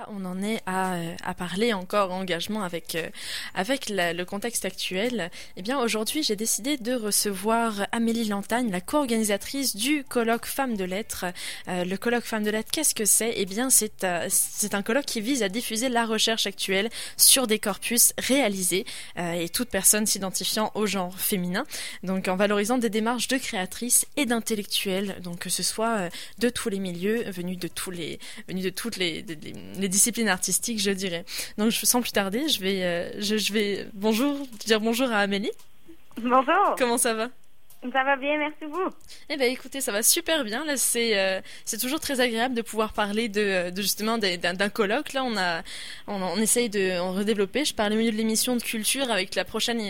on en est à parler encore engagement avec le contexte actuel. Eh bien, aujourd'hui, j'ai décidé de recevoir Amélie Lantagne, la co-organisatrice du colloque Femmes de Lettres. Le colloque Femmes de Lettres, qu'est-ce que c'est? Eh bien, c'est un colloque qui vise à diffuser la recherche actuelle sur des corpus réalisés et toute personne s'identifiant au genre féminin. Donc, en valorisant des démarches de créatrices et d'intellectuels, donc que ce soit de tous les milieux, venus de toutes les disciplines artistiques, je dirais. Donc, sans plus tarder, je vais dire bonjour à Amélie. Bonjour. Comment ça va? Ça va bien, merci vous. Eh ben écoutez, ça va super bien. Là, c'est toujours très agréable de pouvoir parler de justement d'un colloque. Là, on essaye de redévelopper. Je parlais au milieu de l'émission de culture avec la prochaine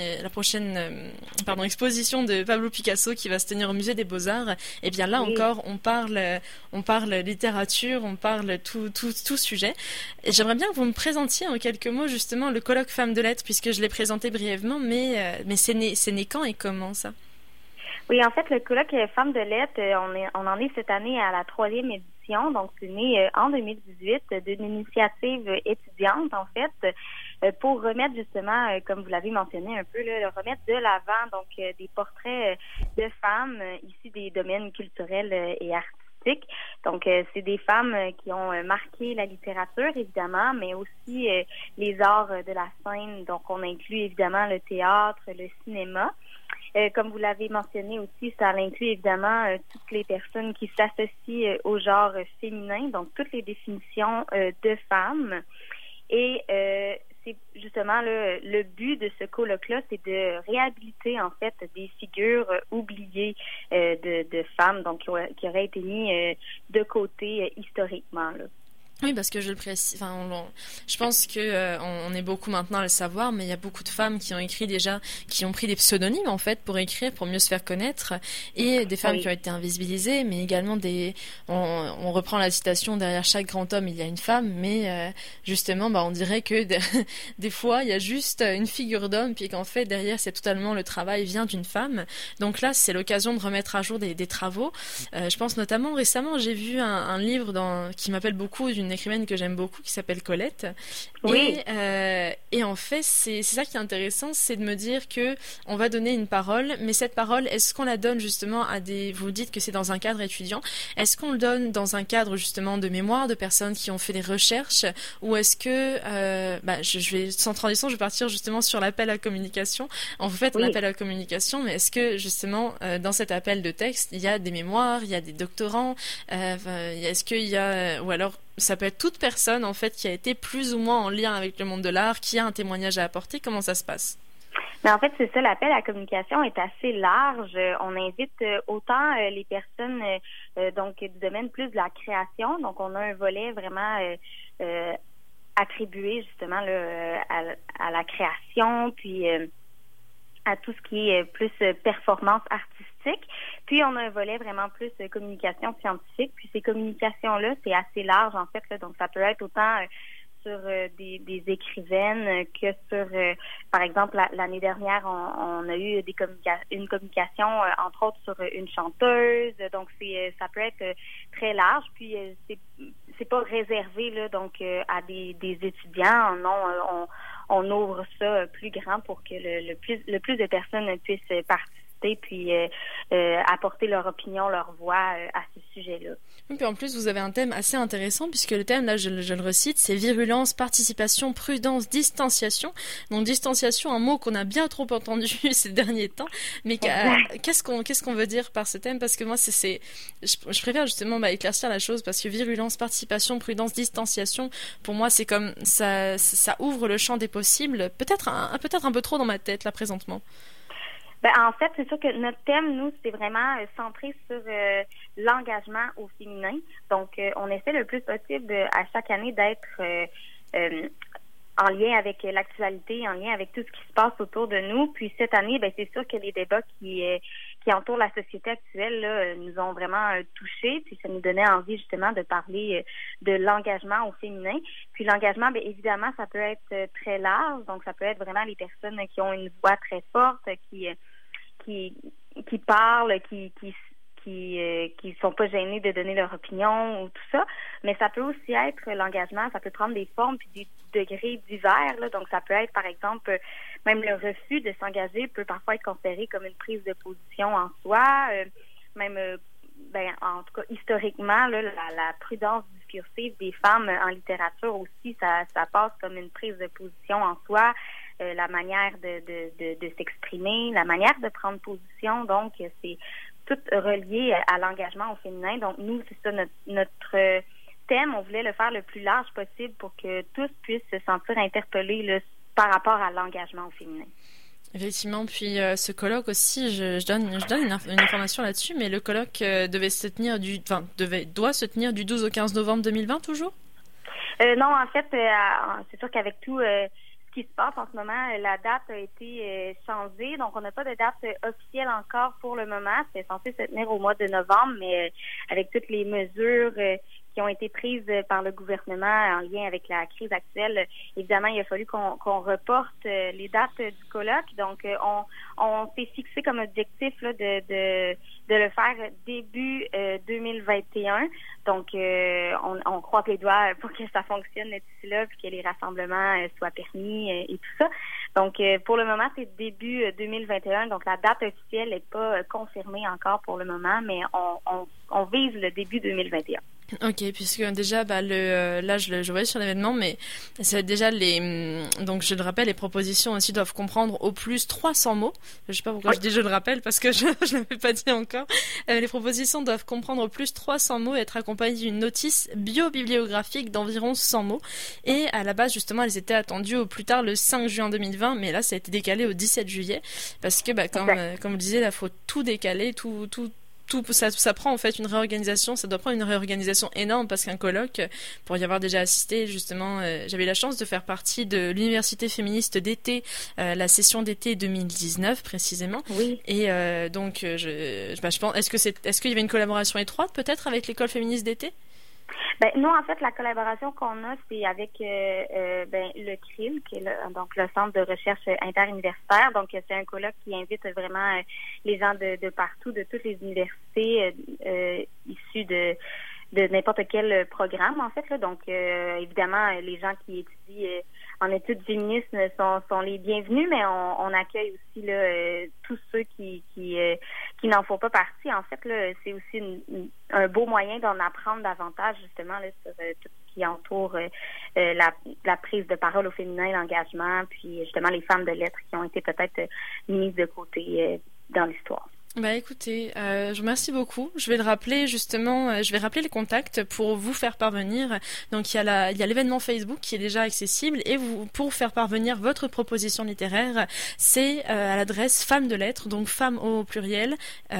exposition de Pablo Picasso qui va se tenir au musée des Beaux-Arts. Et bien là encore, on parle littérature, on parle tout sujet. Et j'aimerais bien que vous me présentiez en quelques mots justement le colloque Femmes de Lettres, puisque je l'ai présenté brièvement, mais c'est né quand et comment ça? Oui, en fait, le colloque Femmes de Lettres, on en est cette année à la 3e édition. Donc, c'est né en 2018 d'une initiative étudiante, en fait, pour remettre justement, comme vous l'avez mentionné un peu, là, remettre de l'avant donc des portraits de femmes issues des domaines culturels et artistiques. Donc, c'est des femmes qui ont marqué la littérature, évidemment, mais aussi les arts de la scène. Donc, on inclut évidemment le théâtre, le cinéma. Comme vous l'avez mentionné aussi, ça inclut évidemment toutes les personnes qui s'associent au genre féminin, donc toutes les définitions de femmes. Et c'est justement le but de ce colloque-là, c'est de réhabiliter en fait des figures oubliées de femmes, donc qui auraient été mises de côté historiquement, là. Oui, parce que je le précise. Enfin, je pense que on est beaucoup maintenant à le savoir, mais il y a beaucoup de femmes qui ont écrit déjà, qui ont pris des pseudonymes en fait pour écrire, pour mieux se faire connaître, et des femmes qui ont été invisibilisées, mais également on reprend la citation: derrière chaque grand homme il y a une femme, mais justement, on dirait que des fois il y a juste une figure d'homme, puis qu'en fait derrière c'est totalement le travail vient d'une femme. Donc là, c'est l'occasion de remettre à jour des travaux. Je pense notamment récemment, j'ai vu un livre qui m'appelle beaucoup, d'une écrivaine que j'aime beaucoup qui s'appelle Colette. Oui. Et en fait, c'est ça qui est intéressant, c'est de me dire que on va donner une parole, mais cette parole, est-ce qu'on la donne justement vous dites que c'est dans un cadre étudiant, est-ce qu'on le donne dans un cadre justement de mémoire, de personnes qui ont fait des recherches, ou est-ce que, je vais, sans transition, je vais partir justement sur l'appel à la communication. En fait, on appelle à la communication, mais est-ce que justement, dans cet appel de texte, il y a des mémoires, il y a des doctorants, est-ce qu'il y a, ou alors, ça peut être toute personne en fait qui a été plus ou moins en lien avec le monde de l'art, qui a un témoignage à apporter. Comment ça se passe? Mais en fait, c'est ça, l'appel à la communication est assez large. On invite autant les personnes donc du domaine plus de la création. Donc, on a un volet vraiment attribué justement là, à la création, puis à tout ce qui est plus performance artistique. Puis, on a un volet vraiment plus communication scientifique. Puis, ces communications-là, c'est assez large, en fait. Là, donc, ça peut être autant sur des écrivaines que sur, par exemple, l'année dernière, on a eu une communication, entre autres, sur une chanteuse. Donc, ça peut être très large. Puis, c'est pas réservé, là, donc, à des étudiants. Non, on ouvre ça plus grand pour que le plus de personnes puissent participer puis apporter leur opinion, leur voix à ce sujet-là. Oui, puis en plus, vous avez un thème assez intéressant, puisque le thème, là, je le recite, c'est virulence, participation, prudence, distanciation. Donc, distanciation, un mot qu'on a bien trop entendu ces derniers temps. Mais qu'est-ce qu'on veut dire par ce thème? Parce que moi, je préfère justement éclaircir la chose, parce que virulence, participation, prudence, distanciation, pour moi, c'est comme ça ouvre le champ des possibles. Peut-être un peu trop dans ma tête, là, présentement. En fait, c'est sûr que notre thème, nous, c'est vraiment centré sur l'engagement au féminin. Donc, on essaie le plus possible à chaque année d'être en lien avec l'actualité, en lien avec tout ce qui se passe autour de nous. Puis cette année, c'est sûr que les débats qui entourent la société actuelle là, nous ont vraiment touchés. Puis ça nous donnait envie justement de parler de l'engagement au féminin. Puis l'engagement, évidemment, ça peut être très large. Donc ça peut être vraiment les personnes qui ont une voix très forte, qui parlent, qui qui sont pas gênés de donner leur opinion ou tout ça, mais ça peut aussi être l'engagement, ça peut prendre des formes puis des degrés divers, là. Donc ça peut être par exemple même le refus de s'engager peut parfois être considéré comme une prise de position en soi, en tout cas historiquement là, la prudence discursive des femmes en littérature aussi ça passe comme une prise de position en soi. La manière de s'exprimer, la manière de prendre position, donc c'est tout relié à l'engagement au féminin. Donc nous, c'est ça notre thème, on voulait le faire le plus large possible pour que tous puissent se sentir interpellés là, par rapport à l'engagement au féminin. Effectivement, puis ce colloque aussi, je donne une information là-dessus, mais le colloque doit se tenir du 12 au 15 novembre 2020 toujours? Non, en fait, c'est sûr qu'avec tout ce qui se passe en ce moment, la date a été changée, donc on n'a pas de date officielle encore pour le moment. C'est censé se tenir au mois de novembre, mais avec toutes les mesures qui ont été prises par le gouvernement en lien avec la crise actuelle, évidemment, il a fallu qu'on reporte les dates du colloque. Donc, on s'est fixé comme objectif là, de le faire début 2021. Donc, on croise les doigts pour que ça fonctionne d'ici là, puis que les rassemblements soient permis et tout ça. Donc, pour le moment, c'est début 2021. Donc, la date officielle n'est pas confirmée encore pour le moment, mais on vise le début 2021. Ok, puisque déjà, là, je voyais sur l'événement, mais c'est déjà donc je le rappelle, les propositions aussi doivent comprendre au plus 300 mots. Je sais pas pourquoi je dis je le rappelle, parce que je l'avais pas dit encore. Les propositions doivent comprendre au plus 300 mots et être accompagnées d'une notice bio-bibliographique d'environ 100 mots. Et à la base, justement, elles étaient attendues au plus tard le 5 juin 2020, mais là, ça a été décalé au 17 juillet, parce que, comme je disais, là, faut tout décaler, tout ça prend en fait une réorganisation, ça doit prendre une réorganisation énorme parce qu'un colloque, pour y avoir déjà assisté, justement, j'avais la chance de faire partie de l'université féministe d'été, la session d'été 2019 précisément. Oui. Et donc je pense, est-ce qu'il y avait une collaboration étroite peut-être avec l'école féministe d'été? Nous, en fait, la collaboration qu'on a, c'est avec le CRIL, qui est donc le Centre de recherche interuniversitaire. Donc, c'est un colloque qui invite vraiment les gens de partout, de toutes les universités issues de n'importe quel programme, en fait. Là. Donc, évidemment, les gens qui étudient en études féministes sont les bienvenus, mais on accueille aussi là, tous ceux qui n'en font pas partie. En fait, là, c'est aussi un beau moyen d'en apprendre davantage, justement, là, sur tout ce qui entoure la prise de parole au féminin, l'engagement, puis justement les femmes de lettres qui ont été peut-être mises de côté dans l'histoire. Écoutez, je vous remercie beaucoup. Je vais le rappeler justement, je vais rappeler les contacts pour vous faire parvenir. Donc il y a l'événement Facebook qui est déjà accessible et pour faire parvenir votre proposition littéraire, c'est à l'adresse Femmes de lettres, donc femmes au pluriel,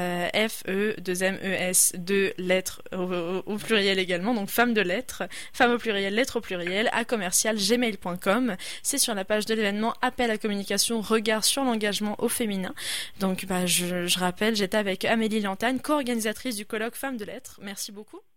F-E-2-M-E-S, 2 lettres au pluriel également, donc femmes de lettres, femmes au pluriel, lettres au pluriel, @gmail.com. C'est sur la page de l'événement Appel à communication, regard sur l'engagement au féminin. Donc je rappelle, j'étais avec Amélie Lantagne, co-organisatrice du colloque Femmes de lettres. Merci beaucoup.